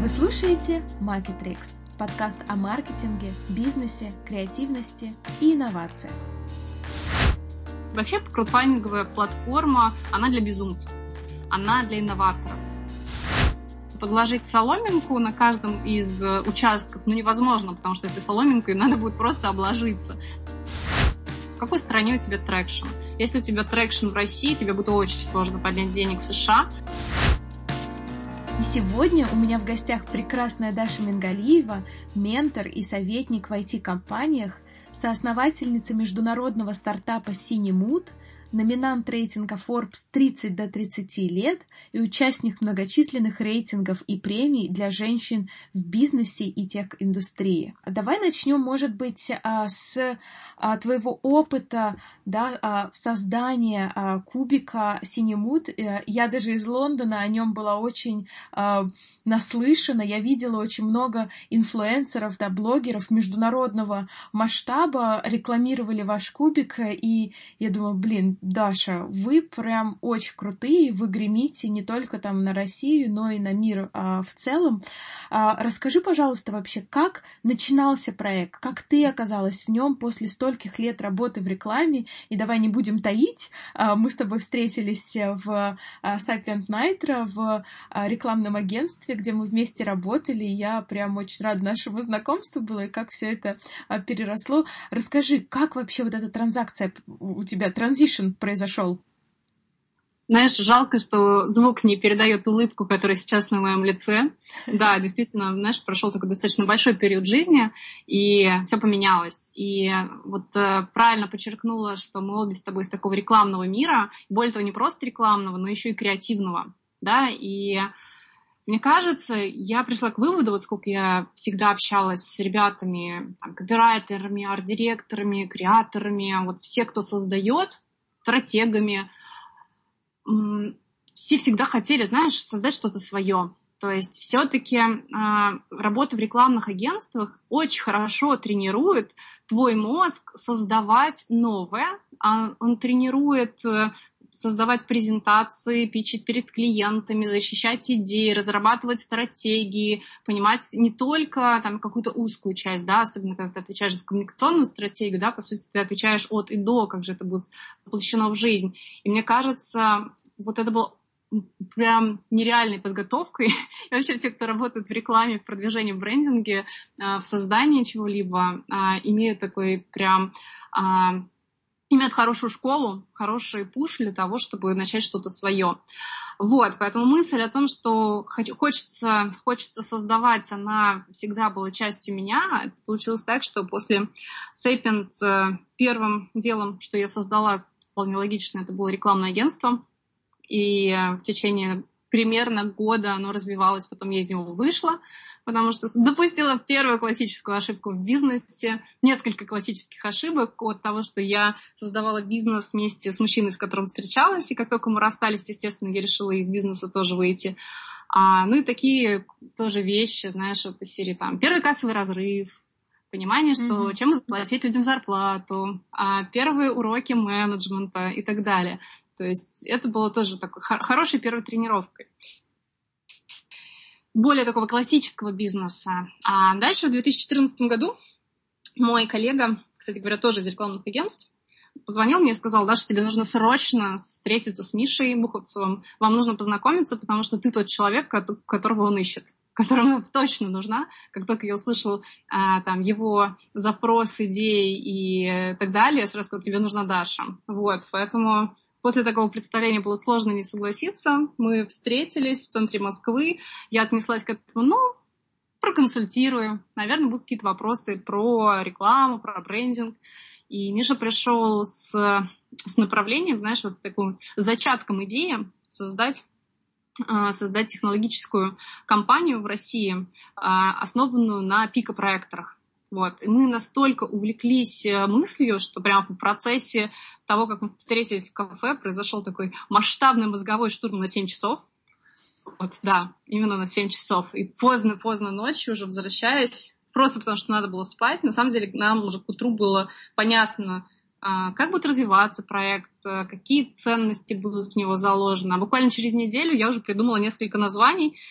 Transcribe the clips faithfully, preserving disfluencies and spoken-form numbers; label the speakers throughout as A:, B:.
A: Вы слушаете Marketrix, подкаст о маркетинге, бизнесе, креативности и инновациях.
B: Вообще, краудфандинговая платформа, она для безумцев, она для инноваторов. Подложить соломинку на каждом из участков ну, невозможно, потому что этой соломинкой надо будет просто обложиться. В какой стране у тебя трекшн? Если у тебя трекшн в России, тебе будет очень сложно поднять денег в США.
A: И сегодня у меня в гостях прекрасная Даша Мингалиева, ментор и советник в ай ти-компаниях, соосновательница международного стартапа Cinemood, номинант рейтинга Forbes тридцать до тридцати лет и участник многочисленных рейтингов и премий для женщин в бизнесе и тех-индустрии. Давай начнем, может быть, с твоего опыта, да, создания кубика Cinemood. Я даже из Лондона о нем была очень наслышана. Я видела очень много инфлюенсеров, да, блогеров международного масштаба рекламировали ваш кубик, и я думаю, блин, Даша, вы прям очень крутые, вы гремите не только там на Россию, но и на мир а, в целом. А, расскажи, пожалуйста, вообще, как начинался проект, как ты оказалась в нем после стольких лет работы в рекламе, и давай не будем таить, а, мы с тобой встретились в а, Sapient Nitro, в а, рекламном агентстве, где мы вместе работали, и я прям очень рада нашему знакомству была, и как все это а, переросло. Расскажи, как вообще вот эта транзакция у тебя, транзишн произошел?
B: Знаешь, жалко, что звук не передает улыбку, которая сейчас на моем лице. Да, действительно, знаешь, прошел такой достаточно большой период жизни, и все поменялось. И вот э, правильно подчеркнула, что мы обе с тобой из такого рекламного мира, более того, не просто рекламного, но еще и креативного, да, и мне кажется, я пришла к выводу, вот сколько я всегда общалась с ребятами, там, копирайтерами, арт-директорами, креаторами, вот все, кто создает, стратегами, все всегда хотели, знаешь, создать что-то свое. То есть все-таки э, работа в рекламных агентствах очень хорошо тренирует твой мозг создавать новое. А он тренирует э, создавать презентации, питчить перед клиентами, защищать идеи, разрабатывать стратегии, понимать не только там, какую-то узкую часть, да, особенно когда ты отвечаешь за коммуникационную стратегию, да, по сути, ты отвечаешь от и до, как же это будет воплощено в жизнь. И мне кажется, вот это было прям нереальной подготовкой. И вообще все, кто работает в рекламе, в продвижении, в брендинге, в создании чего-либо, имеют такой прям... имеют хорошую школу, хороший пуш для того, чтобы начать что-то свое. Вот, поэтому мысль о том, что хочется, хочется создавать, она всегда была частью меня. Это получилось так, что после Sapient первым делом, что я создала, вполне логично, это было рекламное агентство. И в течение примерно года оно развивалось, потом я из него вышла, потому что допустила первую классическую ошибку в бизнесе, несколько классических ошибок от того, что я создавала бизнес вместе с мужчиной, с которым встречалась, и как только мы расстались, естественно, я решила из бизнеса тоже выйти. А, ну и такие тоже вещи, знаешь, от серии там первый кассовый разрыв, понимание, что mm-hmm. чем заплатить людям зарплату, а, первые уроки менеджмента и так далее. То есть это было тоже такой хорошей первой тренировкой. Более такого классического бизнеса. А дальше в две тысячи четырнадцатом году мой коллега, кстати говоря, тоже из рекламных агентств, позвонил мне и сказал: Даша, тебе нужно срочно встретиться с Мишей Буховцевым, вам нужно познакомиться, потому что ты тот человек, которого он ищет, которому точно нужна. Как только я услышал а, там, его запрос, идеи и так далее, я сразу сказала: тебе нужна Даша. Вот, поэтому... После такого представления было сложно не согласиться. Мы встретились в центре Москвы. Я отнеслась к этому, ну, проконсультирую. Наверное, будут какие-то вопросы про рекламу, про брендинг. И Миша пришел с, с направлением, знаешь, вот с таким зачатком идеи создать, создать технологическую компанию в России, основанную на пикопроекторах. Вот. И мы настолько увлеклись мыслью, что прямо в процессе того, как мы встретились в кафе, произошел такой масштабный мозговой штурм на семь часов. Вот, да, именно на семь часов. И поздно-поздно ночью уже возвращаясь, просто потому что надо было спать, на самом деле нам уже к утру было понятно, как будет развиваться проект, какие ценности будут в него заложены. А буквально через неделю я уже придумала несколько названий.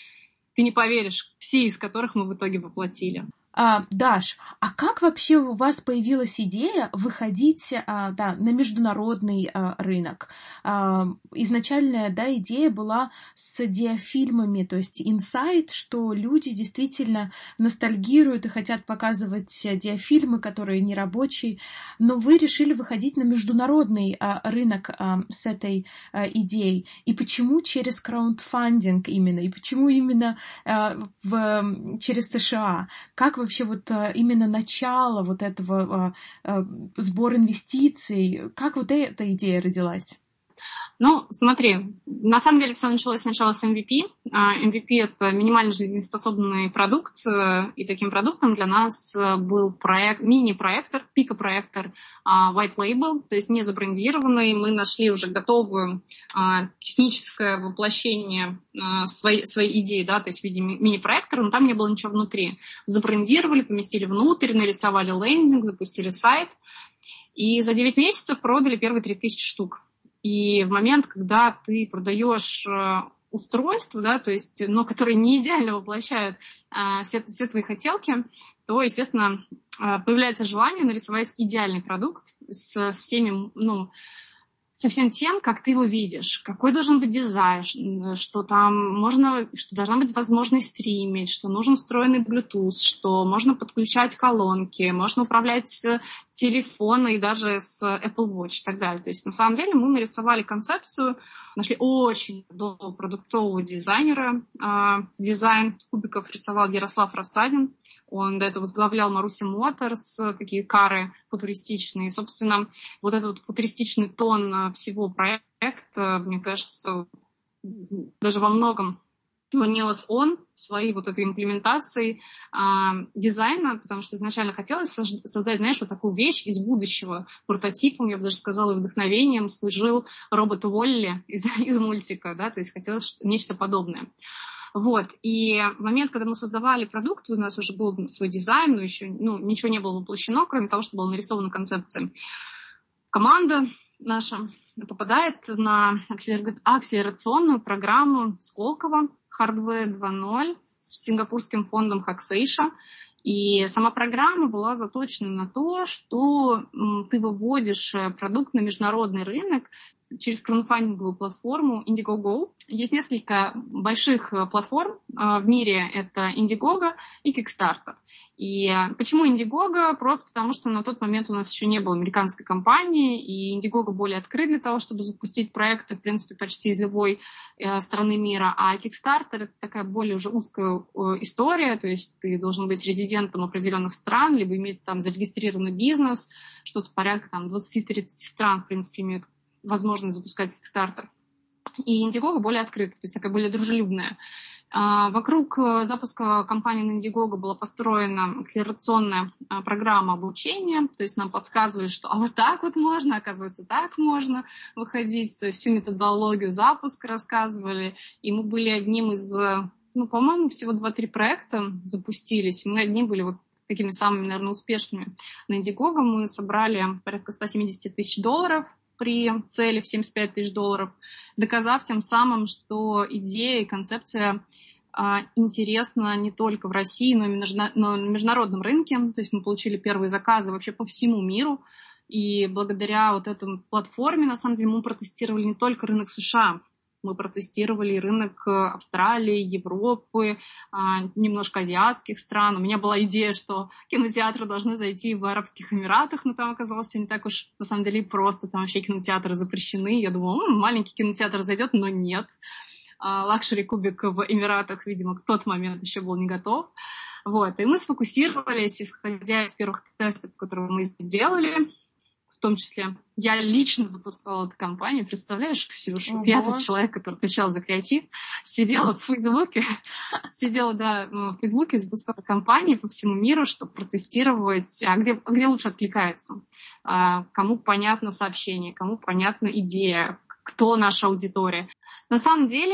B: ты не поверишь, все из которых мы в итоге воплотили.
A: А, Даш, а как вообще у вас появилась идея выходить а, да, на международный а, рынок? А, изначальная да, идея была с диафильмами, то есть инсайт, что люди действительно ностальгируют и хотят показывать диафильмы, которые не рабочие, но вы решили выходить на международный а, рынок а, с этой а, идеей. И почему через краундфандинг именно? И почему именно а, в, через США? Как вообще вот а, именно начало вот этого а, а, сбора инвестиций, как вот эта идея родилась?
B: Ну, смотри, на самом деле все началось сначала с эм ви пи. эм ви пи – это минимально жизнеспособный продукт, и таким продуктом для нас был проект, мини-проектор, пика-проектор white label, то есть не забрендированный. Мы нашли уже готовое техническое воплощение своей, своей идеи, да, то есть в виде мини-проектора, но там не было ничего внутри. Забрендировали, поместили внутрь, нарисовали лендинг, запустили сайт, и за девять месяцев продали первые три тысячи штук. И в момент, когда ты продаешь устройства, да, то есть, но которые не идеально воплощают а, все, все твои хотелки, то, естественно, появляется желание нарисовать идеальный продукт с всеми, ну, со всем тем, как ты его видишь, какой должен быть дизайн, что там можно, что должна быть возможность стримить, что нужен встроенный Bluetooth, что можно подключать колонки, можно управлять с телефона и даже с Apple Watch и так далее. То есть на самом деле мы нарисовали концепцию, нашли очень долгого продуктового дизайнера. Дизайн кубиков рисовал Ярослав Рассадин. Он до этого возглавлял Маруси Моторс, такие кары футуристичные. И, собственно, вот этот вот футуристичный тон всего проекта, мне кажется, даже во многом внес он своей вот этой имплементацией э, дизайна, потому что изначально хотелось создать, знаешь, вот такую вещь из будущего. Прототипом, я бы даже сказала, вдохновением служил робот Уолли из, из мультика, да, то есть хотелось нечто подобное. Вот, и в момент, когда мы создавали продукт, у нас уже был свой дизайн, но еще ну, ничего не было воплощено, кроме того, что была нарисована концепция. Команда наша попадает на акселерационную программу Сколково Hardware два ноль с сингапурским фондом Haxasia. И сама программа была заточена на то, что ты выводишь продукт на международный рынок через краудфандинговую платформу Indiegogo. Есть несколько больших платформ в мире, это Indiegogo и Kickstarter. И почему Indiegogo? Просто потому, что на тот момент у нас еще не было американской компании, и Indiegogo более открыт для того, чтобы запустить проекты, в принципе, почти из любой страны мира. А Kickstarter — это такая более уже узкая история, то есть ты должен быть резидентом определенных стран, либо иметь там зарегистрированный бизнес, что-то порядка там двадцать-тридцать стран, в принципе, имеют возможность запускать Kickstarter. И Indiegogo более открыта, то есть такая более дружелюбная. Вокруг запуска компании на Indiegogo была построена акселерационная программа обучения, то есть нам подсказывали, что а вот так вот можно, оказывается, так можно выходить, то есть всю методологию запуска рассказывали, и мы были одним из, ну, по-моему, всего два-три проекта запустились, мы одни были вот такими самыми, наверное, успешными. На Indiegogo мы собрали порядка сто семьдесят тысяч долларов, при цели в семьдесят пять тысяч долларов, доказав тем самым, что идея и концепция а, интересна не только в России, но и на международном рынке. То есть мы получили первые заказы вообще по всему миру. И благодаря вот этой платформе, на самом деле, мы протестировали не только рынок США, мы протестировали рынок Австралии, Европы, немножко азиатских стран. У меня была идея, что кинотеатры должны зайти в Арабских Эмиратах, но там оказалось все не так уж, на самом деле, просто. Там вообще кинотеатры запрещены. Я думала, м-м, маленький кинотеатр зайдет, но нет. Лакшери-кубик в Эмиратах, видимо, к тот момент еще был не готов. Вот. И мы сфокусировались, исходя из первых тестов, которые мы сделали, в том числе я лично запускала эту компанию. Представляешь, Ксюша? Ого. Я тот человек, который отвечал за креатив, сидела в Фейсбуке, сидела, да, в Фейсбуке, запускала компании по всему миру, чтобы протестировать, а где, где лучше откликается, а, кому понятно сообщение, кому понятна идея, кто наша аудитория. На самом деле,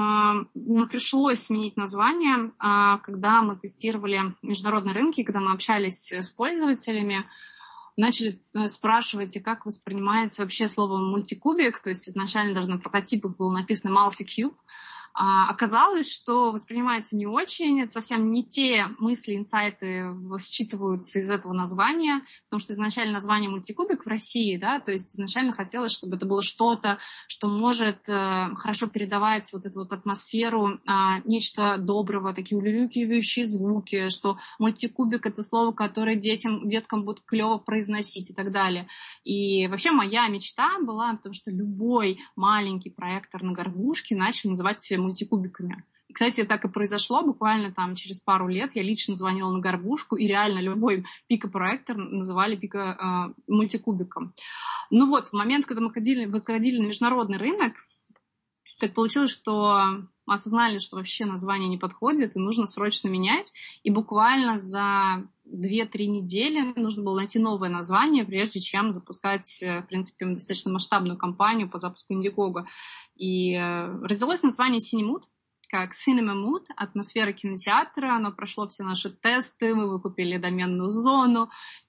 B: нам пришлось сменить название, когда мы тестировали международные рынки, когда мы общались с пользователями, начали спрашивать, как воспринимается вообще слово мультикубик, то есть изначально даже на прототипах было написано multicube, А, оказалось, что воспринимается не очень, это совсем не те мысли, инсайты считываются из этого названия, потому что изначально название «Мультикубик» в России, да, то есть изначально хотелось, чтобы это было что-то, что может э, хорошо передавать вот эту вот атмосферу, э, нечто доброго, такие улюлюкивающие звуки, что «Мультикубик» — это слово, которое детям, деткам будут клево произносить и так далее. И вообще моя мечта была в том, что любой маленький проектор на горбушке начали называть мультикубиками. И, кстати, так и произошло. Буквально там через пару лет я лично звонила на горбушку, и реально любой пика-проектор называли пика э, мультикубиком. Ну вот, в момент, когда мы ходили, выходили на международный рынок, так получилось, что мы осознали, что вообще название не подходит, и нужно срочно менять. И буквально за две-три недели нужно было найти новое название, прежде чем запускать, в принципе, достаточно масштабную кампанию по запуску Indiegogo. И родилось название Cinemood, как Cinema Mood, атмосфера кинотеатра. Оно прошло все наши тесты, мы выкупили доменную зону.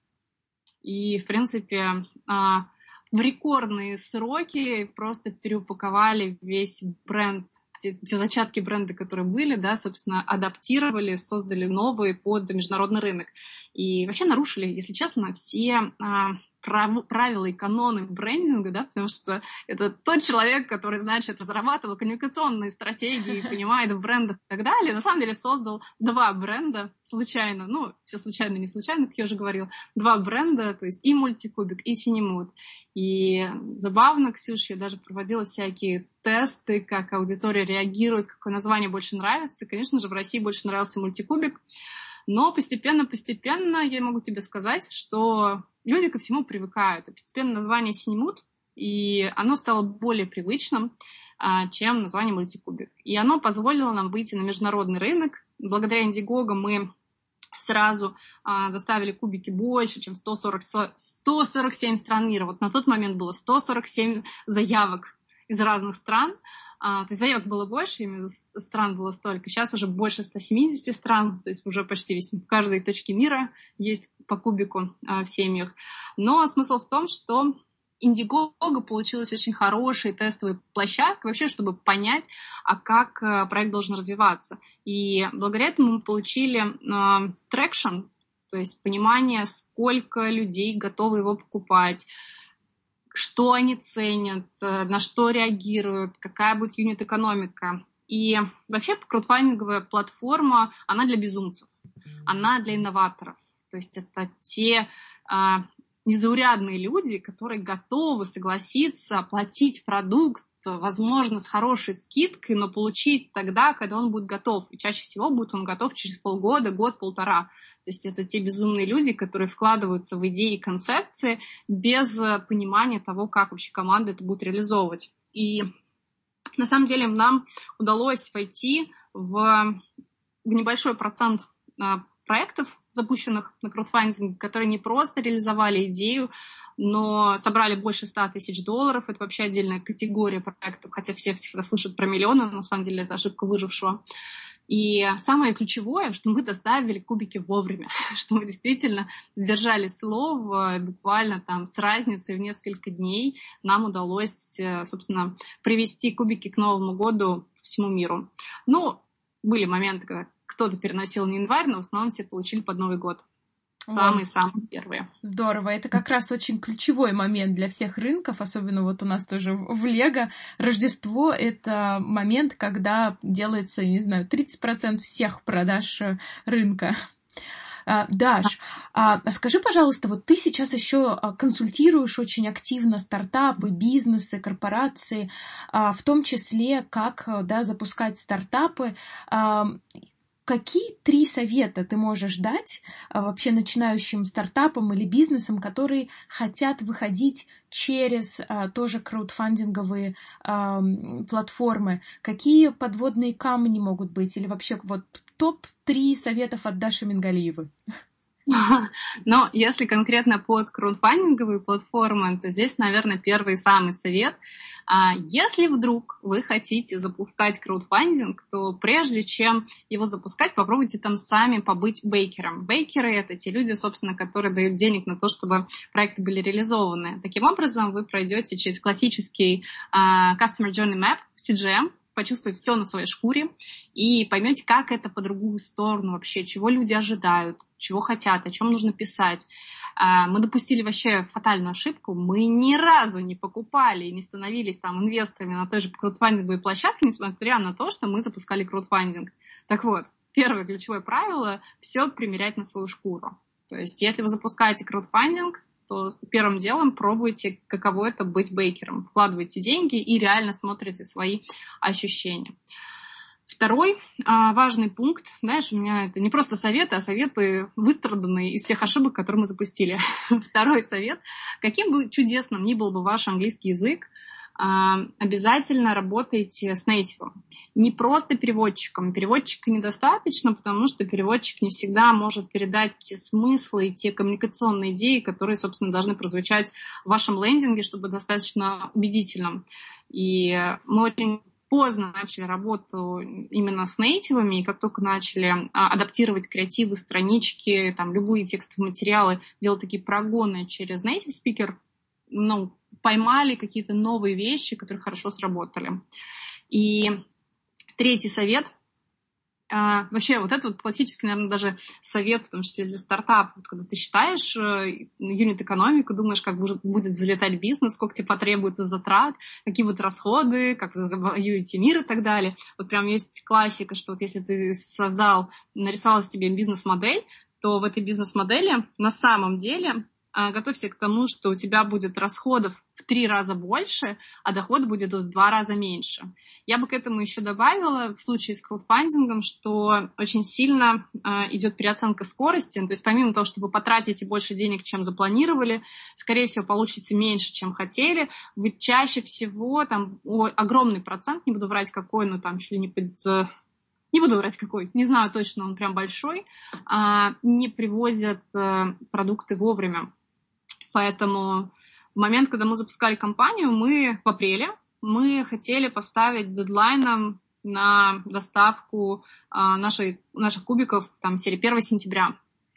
B: И, в принципе, в рекордные сроки просто переупаковали весь бренд, те, те зачатки бренда, которые были, да, собственно, адаптировали, создали новые под международный рынок. И вообще нарушили, если честно, все а, прав, правила и каноны брендинга, да, потому что это тот человек, который, значит, разрабатывал коммуникационные стратегии, понимает в брендах и так далее, на самом деле создал два бренда случайно, ну, все случайно, не случайно, как я уже говорила, два бренда, то есть и Мультикубик, и Cinemood. И забавно, Ксюша, я даже проводила всякие тесты, как аудитория реагирует, какое название больше нравится. Конечно же, в России больше нравился Мультикубик. Но постепенно-постепенно я могу тебе сказать, что люди ко всему привыкают. И постепенно название Cinemood, и оно стало более привычным, чем название Мультикубик. И оно позволило нам выйти на международный рынок. Благодаря Indiegogo мы сразу а, доставили кубики больше, чем сто сорок, сто сорок семь стран мира. Вот на тот момент было сто сорок семь заявок из разных стран. А, то есть заявок было больше, именно стран было столько. Сейчас уже больше ста семидесяти стран, то есть уже почти весь, в каждой точке мира есть по кубику а, в семьях. Но смысл в том, что Indiegogo получилась очень хорошей тестовой площадкой вообще, чтобы понять, а как проект должен развиваться. И благодаря этому мы получили э, traction, то есть понимание, сколько людей готовы его покупать, что они ценят, на что реагируют, какая будет юнит-экономика. И вообще краудфандинговая платформа, она для безумцев, она для инноваторов. То есть это те э, незаурядные люди, которые готовы согласиться оплатить продукт, возможно, с хорошей скидкой, но получить тогда, когда он будет готов. И чаще всего будет он готов через полгода, год-полтора. То есть это те безумные люди, которые вкладываются в идеи и концепции без понимания того, как вообще команда это будет реализовывать. И на самом деле нам удалось войти в, в небольшой процент проектов, запущенных на краудфандинге, которые не просто реализовали идею, но собрали больше ста тысяч долларов. Это вообще отдельная категория проектов, хотя все всегда слышат про миллионы, на самом деле это ошибка выжившего. И самое ключевое, что мы доставили кубики вовремя, что мы действительно сдержали слово, буквально там с разницей в несколько дней нам удалось, собственно, привести кубики к Новому году всему миру. Ну, были моменты, когда кто-то переносил на январь, но в основном все получили под Новый год. Самые-самые первые.
A: Здорово. Это как раз очень ключевой момент для всех рынков, особенно вот у нас тоже в Лего. Рождество — это момент, когда делается, не знаю, тридцать процентов всех продаж рынка. Даш, а скажи, пожалуйста, вот ты сейчас еще консультируешь очень активно стартапы, бизнесы, корпорации, в том числе, как, да, запускать стартапы. Какие три совета ты можешь дать а, вообще начинающим стартапам или бизнесам, которые хотят выходить через а, тоже краудфандинговые а, платформы? Какие подводные камни могут быть? Или вообще вот топ три советов от Даши Мингалиевой?
B: Но если конкретно под краудфандинговые платформы, то здесь, наверное, первый самый совет. Если вдруг вы хотите запускать краудфандинг, то прежде чем его запускать, попробуйте там сами побыть бейкером. Бейкеры — это те люди, собственно, которые дают денег на то, чтобы проекты были реализованы. Таким образом, вы пройдете через классический uh, Customer Journey Map, си джи эм, почувствовать все на своей шкуре и поймете, как это по другую сторону вообще, чего люди ожидают, чего хотят, о чем нужно писать. Мы допустили вообще фатальную ошибку. Мы ни разу не покупали и не становились там инвесторами на той же краудфандинговой площадке, несмотря на то, что мы запускали краудфандинг. Так вот, первое ключевое правило – все примерять на свою шкуру. То есть, если вы запускаете краудфандинг, то первым делом пробуйте, каково это быть бейкером. Вкладывайте деньги и реально смотрите свои ощущения. Второй а, важный пункт, знаешь, у меня это не просто советы, а советы выстраданные из тех ошибок, которые мы запустили. Второй совет. Каким бы чудесным ни был бы ваш английский язык, а, обязательно работайте с нейтивом. Не просто переводчиком. Переводчика недостаточно, потому что переводчик не всегда может передать те смыслы и те коммуникационные идеи, которые, собственно, должны прозвучать в вашем лендинге, чтобы достаточно убедительным. И мы очень поздно начали работу именно с нейтивами, и как только начали а, адаптировать креативы, странички, там, любые текстовые материалы, делать такие прогоны через native speaker, ну, поймали какие-то новые вещи, которые хорошо сработали. И третий совет. А, вообще, вот это вот классический, наверное, даже совет, в том числе для стартапа. Вот, когда ты считаешь юнит-экономику, думаешь, как будет, будет залетать бизнес, сколько тебе потребуется затрат, какие будут расходы, как вы завоюете мир и так далее. Вот прям есть классика, что вот если ты создал, нарисовал себе бизнес-модель, то в этой бизнес-модели на самом деле готовься к тому, что у тебя будет расходов в три раза больше, а доход будет в два раза меньше. Я бы к этому еще добавила в случае с краудфандингом, что очень сильно э, идет переоценка скорости. То есть помимо того, что вы потратите больше денег, чем запланировали, скорее всего, получите меньше, чем хотели, вы чаще всего, там, о, огромный процент, не буду врать какой, но там чуть ли не под... Не буду врать какой, не знаю точно, он прям большой, а, не привозят а, продукты вовремя. Поэтому в момент, когда мы запускали компанию, мы в апреле, мы хотели поставить дедлайном на доставку а, нашей, наших кубиков там, серии первого сентября.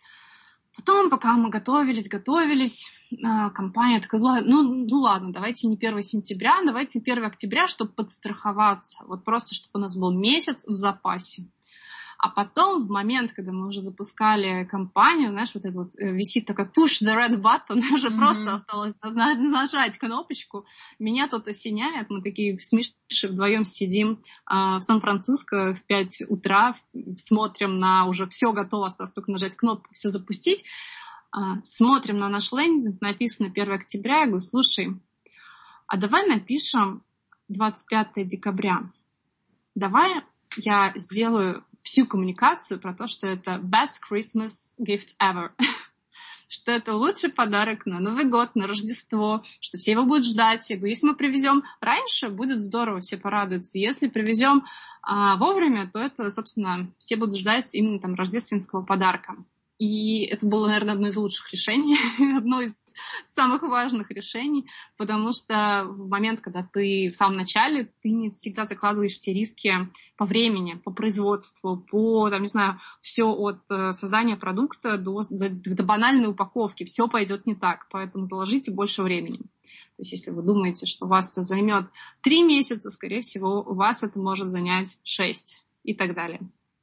B: Потом, пока мы готовились, готовились, компания такая, ну, ну ладно, давайте не первого сентября, давайте первого октября, чтобы подстраховаться. Вот просто, чтобы у нас был месяц в запасе. А потом, в момент, когда мы уже запускали компанию, знаешь, вот это вот висит такая push the red button, уже mm-hmm. просто осталось нажать кнопочку. Меня тут осеняет, мы такие с Мишей вдвоем сидим а, в Сан-Франциско в пять утра, смотрим на уже все готово, осталось только нажать кнопку, все запустить. А, смотрим на наш лендинг, написано первого октября, я говорю, слушай, а давай напишем двадцать пятого декабря. Давай я сделаю всю коммуникацию про то, что это best Christmas gift ever. Что это лучший подарок на Новый год, на Рождество, что все его будут ждать. Я говорю, если мы привезем раньше, будет здорово, все порадуются. Если привезем а, вовремя, то это, собственно, все будут ждать именно там рождественского подарка. И это было, наверное, одно из лучших решений, одно из самых важных решений, потому что в момент, когда ты в самом начале, ты не всегда закладываешь те риски по времени, по производству, по, там, не знаю, все от создания продукта до, до, до банальной упаковки, все пойдет не так, поэтому заложите больше времени. То есть если вы думаете, что у вас это займет три месяца, скорее всего, у вас это может занять шесть и так далее.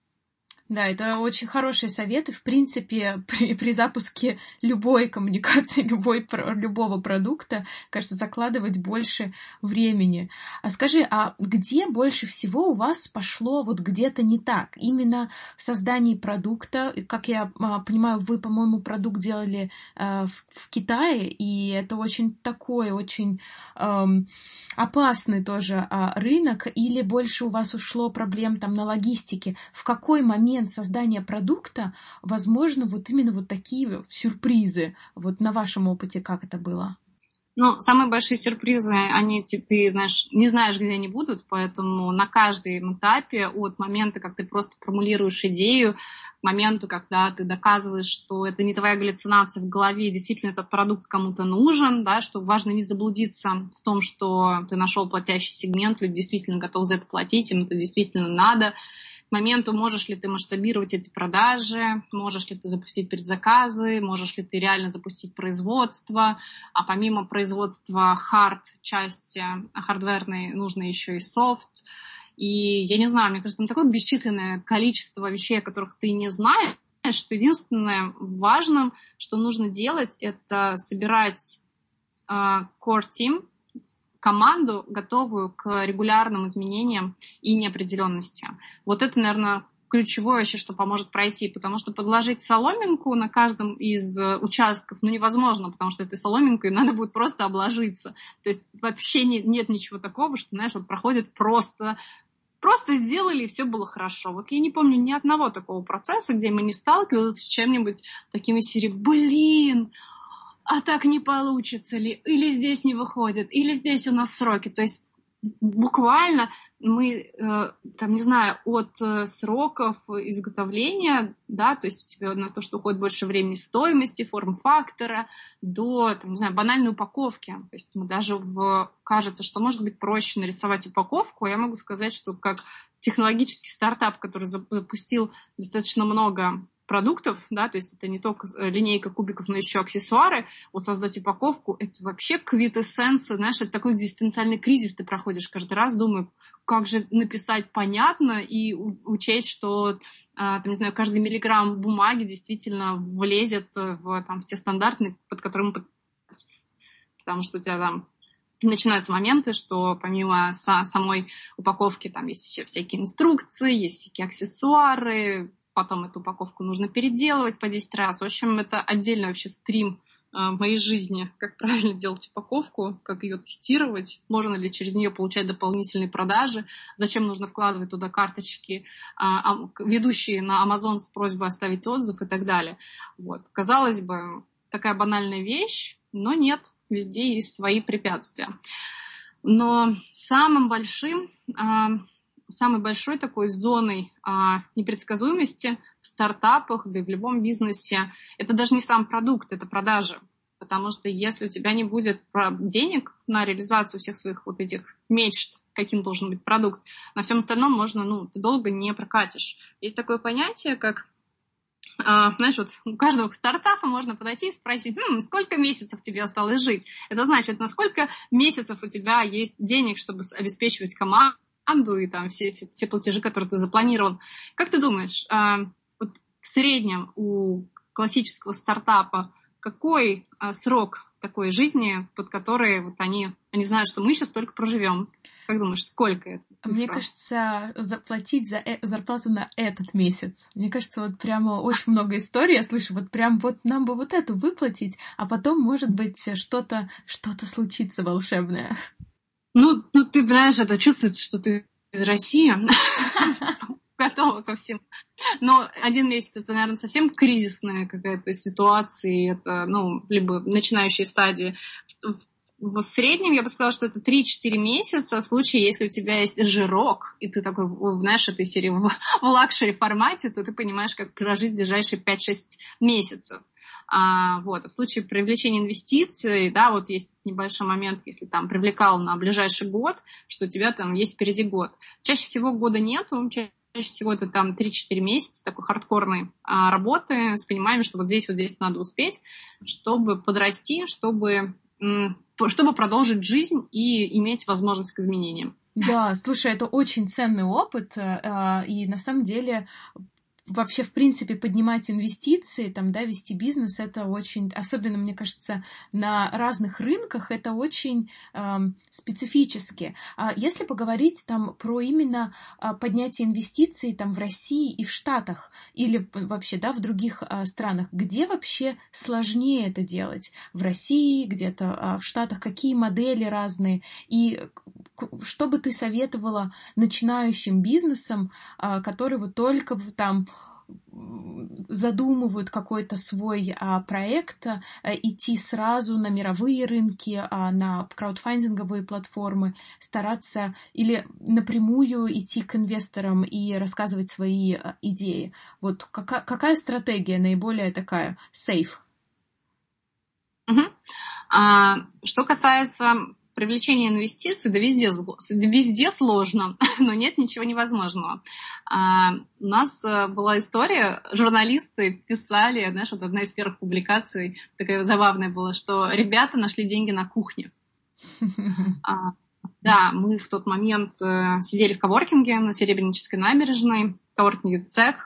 A: Да, это очень хорошие советы. В принципе, при, при запуске любой коммуникации, любой, любого продукта, кажется, закладывать больше времени. А скажи, а где больше всего у вас пошло вот где-то не так? Именно в создании продукта, как я понимаю, вы, по-моему, продукт делали э, в, в Китае, и это очень такой, очень э, опасный тоже э, рынок, или больше у вас ушло проблем там на логистике? В какой момент создания продукта, возможно, вот именно вот такие сюрпризы. Вот на вашем опыте как это было?
B: Ну, самые большие сюрпризы, они, ты знаешь, не знаешь, где они будут, поэтому на каждом этапе, от момента, как ты просто формулируешь идею, к моменту, когда ты доказываешь, что это не твоя галлюцинация в голове, действительно этот продукт кому-то нужен, да, что важно не заблудиться в том, что ты нашел платящий сегмент, люди действительно готовы за это платить, им это действительно надо. К моменту, можешь ли ты масштабировать эти продажи, можешь ли ты запустить предзаказы, можешь ли ты реально запустить производство, а помимо производства хард части, хардверной, нужно еще и софт. И я не знаю, мне кажется, там такое бесчисленное количество вещей, о которых ты не знаешь, что единственное важным, что нужно делать, это собирать uh, core team, команду, готовую к регулярным изменениям и неопределенности. Вот это, наверное, ключевое вообще, что поможет пройти, потому что подложить соломинку на каждом из участков, ну, невозможно, потому что этой соломинкой надо будет просто обложиться. То есть вообще не, нет ничего такого, что, знаешь, вот проходит просто... Просто сделали, и все было хорошо. Вот я не помню ни одного такого процесса, где мы не сталкивались с чем-нибудь таким из серии «Блин, а так не получится ли?» Или «Здесь не выходит», или «Здесь у нас сроки». То есть буквально мы, э, там, не знаю, от э, сроков изготовления, да, то есть у тебя на то, что уходит больше времени, стоимости, форм-фактора, до, там, не знаю, банальной упаковки. То есть мы даже в... кажется, что может быть проще нарисовать упаковку. Я могу сказать, что как технологический стартап, который запустил достаточно много продуктов, да, то есть это не только линейка кубиков, но еще аксессуары, вот создать упаковку, это вообще квитэссенция, знаешь, это такой экзистенциальный кризис ты проходишь каждый раз, думаю, как же написать понятно и учесть, что, там, не знаю, каждый миллиграмм бумаги действительно влезет в, там, в те стандарты, под которыми мы... Потому что у тебя там начинаются моменты, что помимо самой упаковки там есть еще всякие инструкции, есть всякие аксессуары, потом эту упаковку нужно переделывать по десять раз. В общем, это отдельный вообще стрим в моей жизни, как правильно делать упаковку, как ее тестировать, можно ли через нее получать дополнительные продажи, зачем нужно вкладывать туда карточки, ведущие на Amazon с просьбой оставить отзыв и так далее. Вот. Казалось бы, такая банальная вещь, но нет, везде есть свои препятствия. Но самым большим, самой большой такой зоной непредсказуемости в стартапах, да и в любом бизнесе, это даже не сам продукт, это продажи. Потому что если у тебя не будет денег на реализацию всех своих вот этих мечт, каким должен быть продукт, на всем остальном можно, ну, ты долго не прокатишь. Есть такое понятие, как, а, знаешь, вот у каждого стартапа можно подойти и спросить, хм, сколько месяцев тебе осталось жить? Это значит, на сколько месяцев у тебя есть денег, чтобы обеспечивать команду и там все, все платежи, которые ты запланировал. Как ты думаешь, а, вот в среднем у классического стартапа какой а, срок такой жизни, под который вот они, они знают, что мы сейчас только проживем? Как думаешь, сколько это? Цифра?
A: Мне кажется, заплатить за э- зарплату на этот месяц. Мне кажется, вот прямо очень много историй я слышу. Вот прям вот нам бы вот эту выплатить, а потом, может быть, что-то, что-то случится волшебное.
B: Ну, ну, ты, знаешь, это чувствуется, что ты из России. Готова ко всему. Но один месяц это, наверное, совсем кризисная какая-то ситуация, это, ну, либо начинающие стадии. В среднем я бы сказала, что это три-четыре месяца в случае, если у тебя есть жирок, и ты такой, знаешь, этой серии в, в лакшери формате, то ты понимаешь, как прожить ближайшие пять-шесть месяцев. А, вот. А в случае привлечения инвестиций, да, вот есть небольшой момент, если там привлекал на ближайший год, что у тебя там есть впереди год. Чаще всего года нету, чаще Чаще всего это там три-четыре месяца такой хардкорной а, работы с пониманием, что вот здесь, вот здесь надо успеть, чтобы подрасти, чтобы, м- чтобы продолжить жизнь и иметь возможность к изменениям.
A: Да, слушай, это очень ценный опыт, э, и на самом деле вообще, в принципе, поднимать инвестиции, там, да, вести бизнес, это очень, особенно, мне кажется, на разных рынках, это очень э, специфически. А если поговорить там про именно э, поднятие инвестиций там в России и в Штатах, или вообще, да, в других э, странах, где вообще сложнее это делать? В России, где-то э, в Штатах, какие модели разные? И что бы ты советовала начинающим бизнесам, э, которые вот только там задумывают какой-то свой а, проект, а, идти сразу на мировые рынки, а, на краудфандинговые платформы, стараться или напрямую идти к инвесторам и рассказывать свои а, идеи. Вот какая, какая стратегия наиболее такая safe?
B: Угу. А, что касается привлечение инвестиций, да везде, везде сложно, но нет ничего невозможного. А, у нас была история, журналисты писали, знаешь, вот одна из первых публикаций такая забавная была, что ребята нашли деньги на кухне. А, Да, мы в тот момент э, сидели в коворкинге на Серебрянической набережной, коворкинге «Цех»,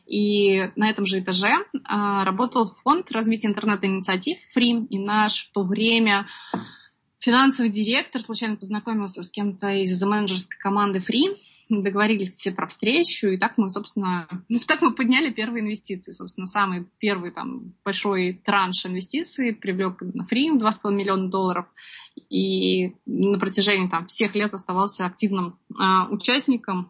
B: и на этом же этаже э, работал фонд развития интернет-инициатив «Free», и наш в то время финансовый директор случайно познакомился с кем-то из менеджерской команды «Free», договорились все про встречу, и так мы, собственно, ну, так мы подняли первые инвестиции. Собственно, самый первый там большой транш инвестиций привлек на Free два с половиной миллиона долларов, и на протяжении там всех лет оставался активным э, участником,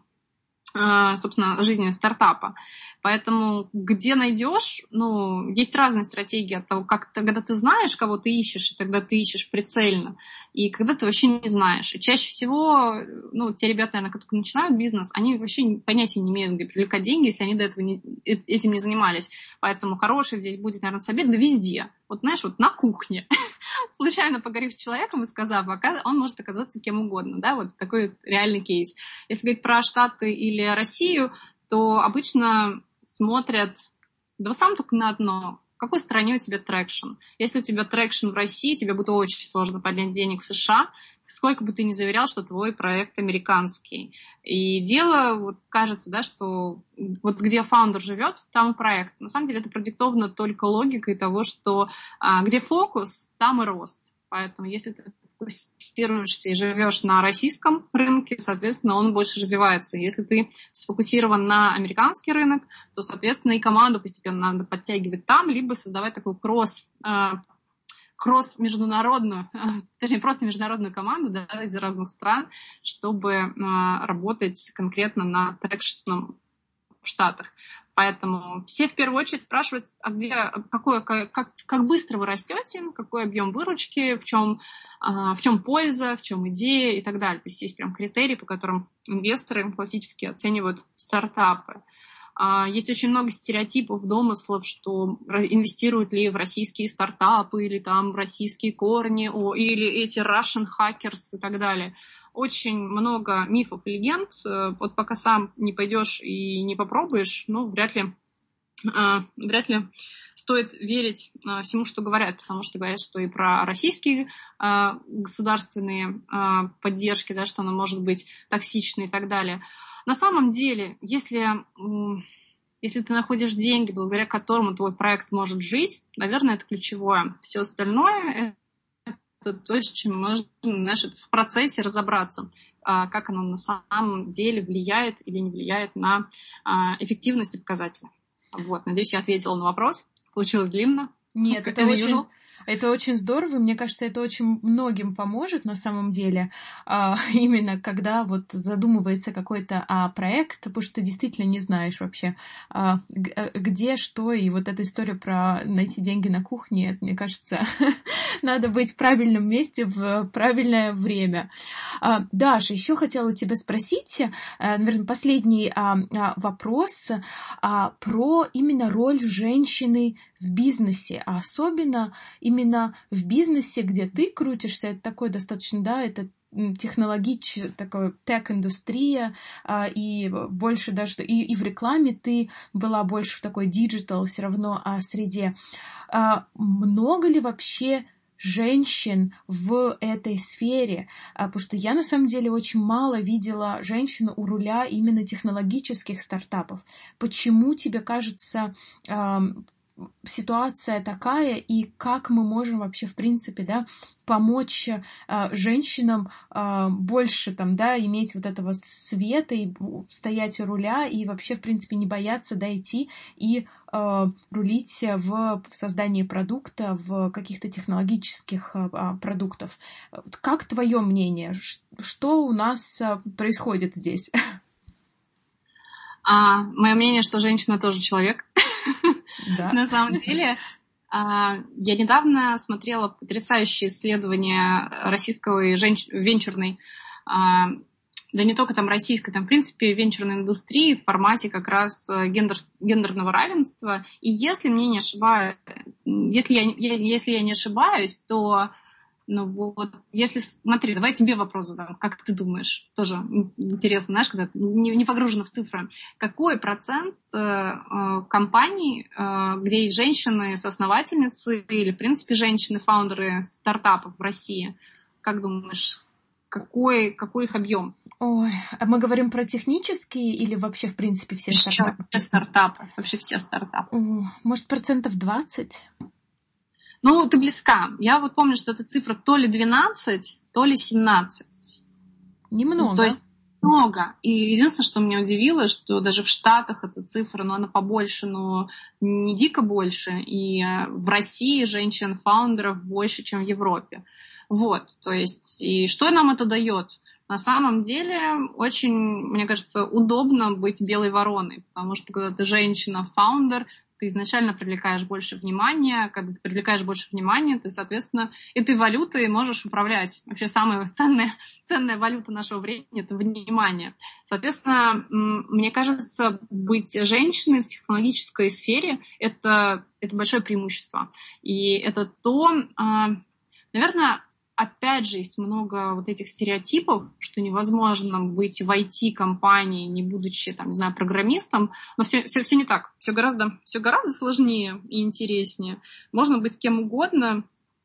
B: э, собственно, жизни стартапа. Поэтому где найдешь, ну, есть разные стратегии от того, как когда ты знаешь, кого ты ищешь, и тогда ты ищешь прицельно, и когда ты вообще не знаешь. И чаще всего, ну, те ребята, наверное, которые начинают бизнес, они вообще понятия не имеют, где привлекать деньги, если они до этого не, этим не занимались. Поэтому хороший здесь будет, наверное, совет, да везде. Вот, знаешь, вот на кухне, случайно поговорив с человеком и сказав, он может оказаться кем угодно, да, вот такой вот реальный кейс. Если говорить про Штаты или Россию, то обычно смотрят, да в основном только на одно. В какой стране у тебя трекшн? Если у тебя трекшн в России, тебе будет очень сложно поднять денег в США, сколько бы ты ни заверял, что твой проект американский. И дело, вот кажется, да, что вот где фаундер живет, там и проект. На самом деле это продиктовано только логикой того, что а, где фокус, там и рост. Поэтому если ты фокусируешься и живешь на российском рынке, соответственно, он больше развивается. Если ты сфокусирован на американский рынок, то, соответственно, и команду постепенно надо подтягивать там, либо создавать такой кросс, э, кросс международную, э, точнее, просто международную команду, да, из разных стран, чтобы э, работать конкретно на трекшном в Штатах. Поэтому все в первую очередь спрашивают, а где, какое, как, как быстро вы растете, какой объем выручки, в чем, в чем польза, в чем идея и так далее. То есть есть прям критерии, по которым инвесторы классически оценивают стартапы. Есть очень много стереотипов, домыслов, что инвестируют ли в российские стартапы или там российские корни, о, или эти Russian hackers и так далее. Очень много мифов и легенд. Вот пока сам не пойдешь и не попробуешь, ну, вряд ли, э, вряд ли стоит верить э, всему, что говорят, потому что говорят, что и про российские э, государственные э, поддержки, да, что она может быть токсичной и так далее. На самом деле, если, э, если ты находишь деньги, благодаря которым твой проект может жить, наверное, это ключевое. Все остальное – это то, с чем можно, знаешь, в процессе разобраться, как оно на самом деле влияет или не влияет на эффективность и показатели. Вот, надеюсь, я ответила на вопрос. Получилось длинно.
A: Нет, это очень, это очень здорово. Мне кажется, это очень многим поможет на самом деле. А, именно когда вот задумывается какой-то а, проект, потому что ты действительно не знаешь вообще, а, где, что. И вот эта история про найти деньги на кухне, это, мне кажется, надо быть в правильном месте в правильное время. А, Даша, еще хотела у тебя спросить, а, наверное, последний а, а, вопрос а, про именно роль женщины в бизнесе, а особенно именно в бизнесе, где ты крутишься, это такой достаточно, да, это технологич, такая тех-индустрия, а, и больше даже, и, и в рекламе ты была больше в такой диджитал все равно а, среде. А, много ли вообще женщин в этой сфере? А, потому что я на самом деле очень мало видела женщин у руля именно технологических стартапов. Почему тебе кажется а, ситуация такая, и как мы можем вообще, в принципе, да, помочь э, женщинам э, больше там, да, иметь вот этого света и стоять у руля, и вообще, в принципе, не бояться дойти и э, рулить в создании продукта, в каких-то технологических э, продуктов. Как твое мнение? Что у нас э, происходит здесь?
B: А, мое мнение, что женщина тоже человек.
A: Да.
B: На самом деле, я недавно смотрела потрясающее исследование российской женщ... венчурной, да не только там российской, там в принципе венчурной индустрии в формате как раз гендер... гендерного равенства. И если мне не ошибаюсь, если я, если я не ошибаюсь, то ну вот, если, смотри, давай тебе вопрос задам, как ты думаешь, тоже интересно, знаешь, когда не, не погружена в цифры, какой процент э, компаний, э, где есть женщины-соосновательницы или, в принципе, женщины-фаундеры стартапов в России, как думаешь, какой, какой их объем.
A: Ой, а мы говорим про технические или вообще, в принципе, все стартапы?
B: Все стартапы, вообще все стартапы.
A: Может, процентов двадцать?
B: Ну, ты близка. Я вот помню, что эта цифра то ли двенадцать, то ли семнадцать.
A: Немного.
B: Ну, то есть много. И единственное, что меня удивило, что даже в Штатах эта цифра, ну, она побольше, но не дико больше. И в России женщин-фаундеров больше, чем в Европе. Вот, то есть, и что нам это дает? На самом деле, очень, мне кажется, удобно быть белой вороной, потому что когда ты женщина-фаундер, ты изначально привлекаешь больше внимания. Когда ты привлекаешь больше внимания, ты, соответственно, этой валютой можешь управлять. Вообще самая ценная, ценная валюта нашего времени – это внимание. Соответственно, мне кажется, быть женщиной в технологической сфере – это, это большое преимущество. И это то, наверное, опять же, есть много вот этих стереотипов, что невозможно быть в ай ти-компании, не будучи, там, не знаю, программистом, но все, все, все не так. Все гораздо, все гораздо сложнее и интереснее. Можно быть кем угодно.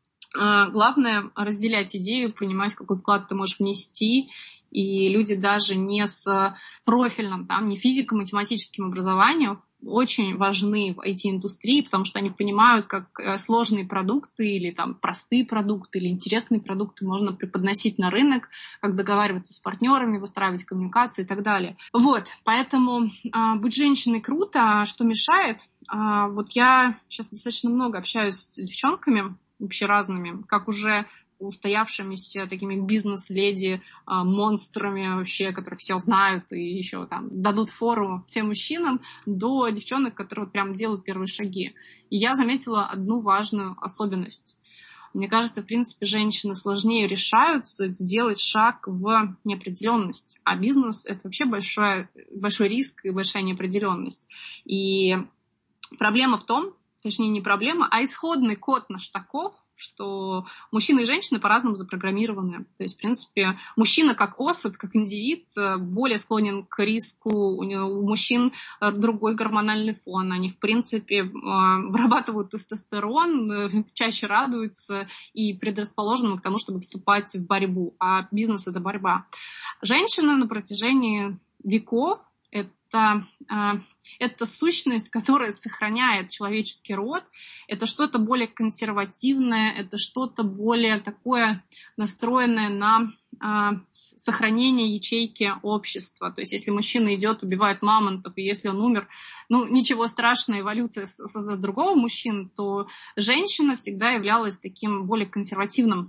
B: Главное — разделять идею, понимать, какой вклад ты можешь внести. И люди даже не с профильным, там, не физико-математическим образованием очень важны в ай ти-индустрии, потому что они понимают, как сложные продукты или там простые продукты или интересные продукты можно преподносить на рынок, как договариваться с партнерами, выстраивать коммуникацию и так далее. Вот, поэтому э, быть женщиной круто, а что мешает? Э, вот я сейчас достаточно много общаюсь с девчонками, вообще разными, как уже устоявшимися такими бизнес-леди, монстрами вообще, которых все знают и еще там дадут фору всем мужчинам, до девчонок, которые вот прям делают первые шаги. И я заметила одну важную особенность. Мне кажется, в принципе, женщины сложнее решаются сделать шаг в неопределенность, а бизнес — это вообще большой, большой риск и большая неопределенность. И проблема в том, точнее не проблема, а исходный код наш таков, что мужчины и женщины по-разному запрограммированы. То есть, в принципе, мужчина как особь, как индивид более склонен к риску, у мужчин другой гормональный фон, они, в принципе, вырабатывают тестостерон, чаще радуются и предрасположены к тому, чтобы вступать в борьбу. А бизнес — это борьба. Женщина на протяжении веков — это... Это сущность, которая сохраняет человеческий род, это что-то более консервативное, это что-то более такое настроенное на э, сохранение ячейки общества. То есть если мужчина идет, убивает мамонтов, и если он умер, ну ничего страшного, эволюция создаст другого мужчину, то женщина всегда являлась таким более консервативным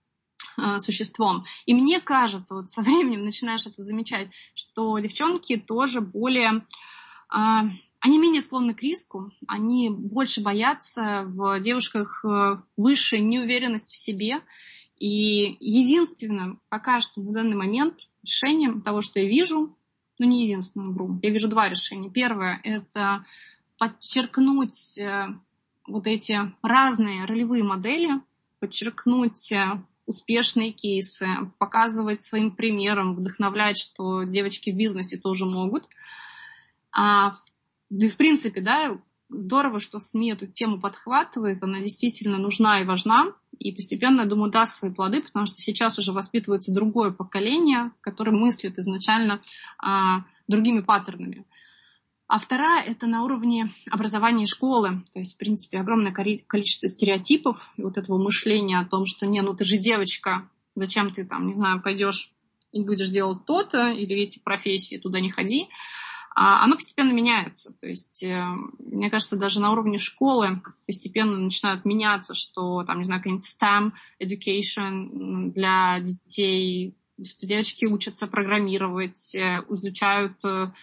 B: существом. И мне кажется, вот со временем начинаешь это замечать, что девчонки тоже более... Они менее склонны к риску, они больше боятся, в девушках выше неуверенность в себе. И единственным пока что на данный момент решением того, что я вижу, ну не единственным, вру, я вижу два решения. Первое — это подчеркнуть вот эти разные ролевые модели, подчеркнуть успешные кейсы, показывать своим примером, вдохновлять, что девочки в бизнесе тоже могут. А, да и в принципе, да, здорово, что СМИ эту тему подхватывает, она действительно нужна и важна, и постепенно, я думаю, даст свои плоды, потому что сейчас уже воспитывается другое поколение, которое мыслит изначально а, другими паттернами. А вторая — это на уровне образования и школы, то есть, в принципе, огромное количество стереотипов и вот этого мышления о том, что не, ну ты же девочка, зачем ты там, не знаю, пойдешь и будешь делать то-то, или эти профессии, туда не ходи. Оно постепенно меняется. То есть, мне кажется, даже на уровне школы постепенно начинают меняться, что, там, не знаю, какой-нибудь STEM education для детей, что девочки учатся программировать, изучают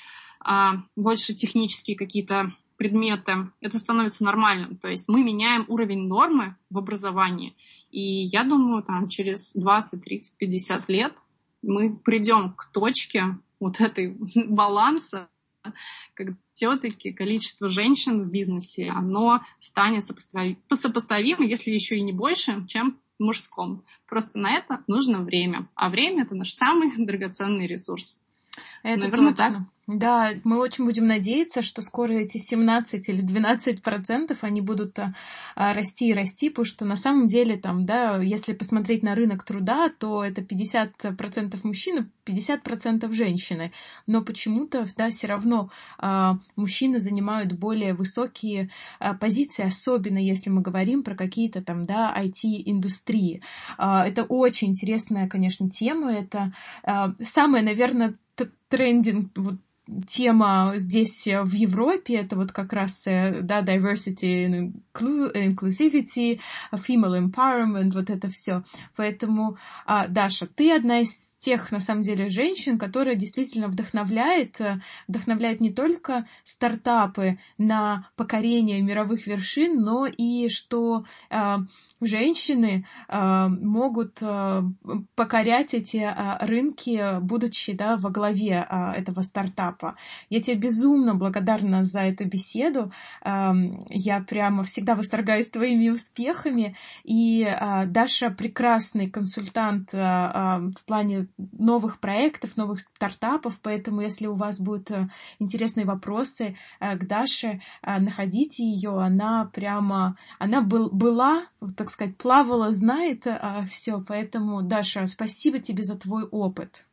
B: больше технические какие-то предметы. Это становится нормальным. То есть мы меняем уровень нормы в образовании. И я думаю, там, через двадцать, тридцать, пятьдесят лет мы придем к точке вот этой баланса, когда все-таки количество женщин в бизнесе, оно станет сопоставимо, если еще и не больше, чем в мужском. Просто на это нужно время. А время — это наш самый драгоценный ресурс.
A: Это
B: Наверное,
A: точно.
B: так.
A: Да, мы очень будем надеяться, что скоро эти семнадцать или двенадцать процентов они будут а, расти и расти, потому что на самом деле там, да, если посмотреть на рынок труда, то это пятьдесят процентов мужчин, пятьдесят процентов женщины. Но почему-то, да, все равно а, мужчины занимают более высокие а, позиции, особенно если мы говорим про какие-то там, да, ай ти-индустрии. А, это очень интересная, конечно, тема. Это а, самая, наверное, трендинг, вот, тема здесь в Европе, это вот как раз, да, diversity, inclusivity, female empowerment, вот это все. Поэтому, Даша, ты одна из тех, на самом деле, женщин, которая действительно вдохновляет, вдохновляет не только стартапы на покорение мировых вершин, но и что э, женщины э, могут э, покорять эти э, рынки, будучи, да, во главе э, этого стартапа. Я тебе безумно благодарна за эту беседу. Э, я прямо всегда восторгаюсь твоими успехами. И э, Даша прекрасный консультант э, э, в плане новых проектов, новых стартапов, поэтому если у вас будут интересные вопросы к Даше, находите ее, она прямо, она был, была, так сказать, плавала, знает все, поэтому, Даша, спасибо тебе за твой опыт.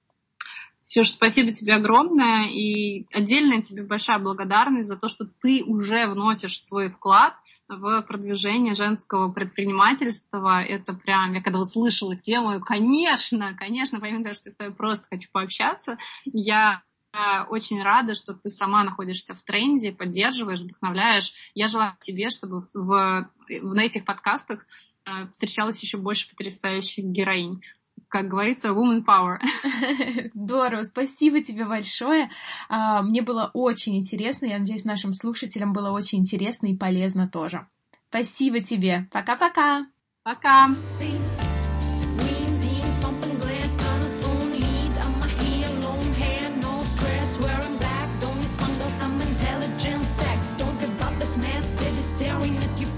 B: Ксюша, спасибо тебе огромное, и отдельная тебе большая благодарность за то, что ты уже вносишь свой вклад в продвижение женского предпринимательства. Это прям, я когда услышала тему, конечно, конечно, помимо того, что я с тобой просто хочу пообщаться, я очень рада, что ты сама находишься в тренде, поддерживаешь, вдохновляешь. Я желаю тебе, чтобы в, в, на этих подкастах встречалось еще больше потрясающих героинь. Как говорится, woman power.
A: Здорово, спасибо тебе большое. Мне было очень интересно, я надеюсь, нашим слушателям было очень интересно и полезно тоже. Спасибо тебе. Пока-пока.
B: Пока.
C: Staring at you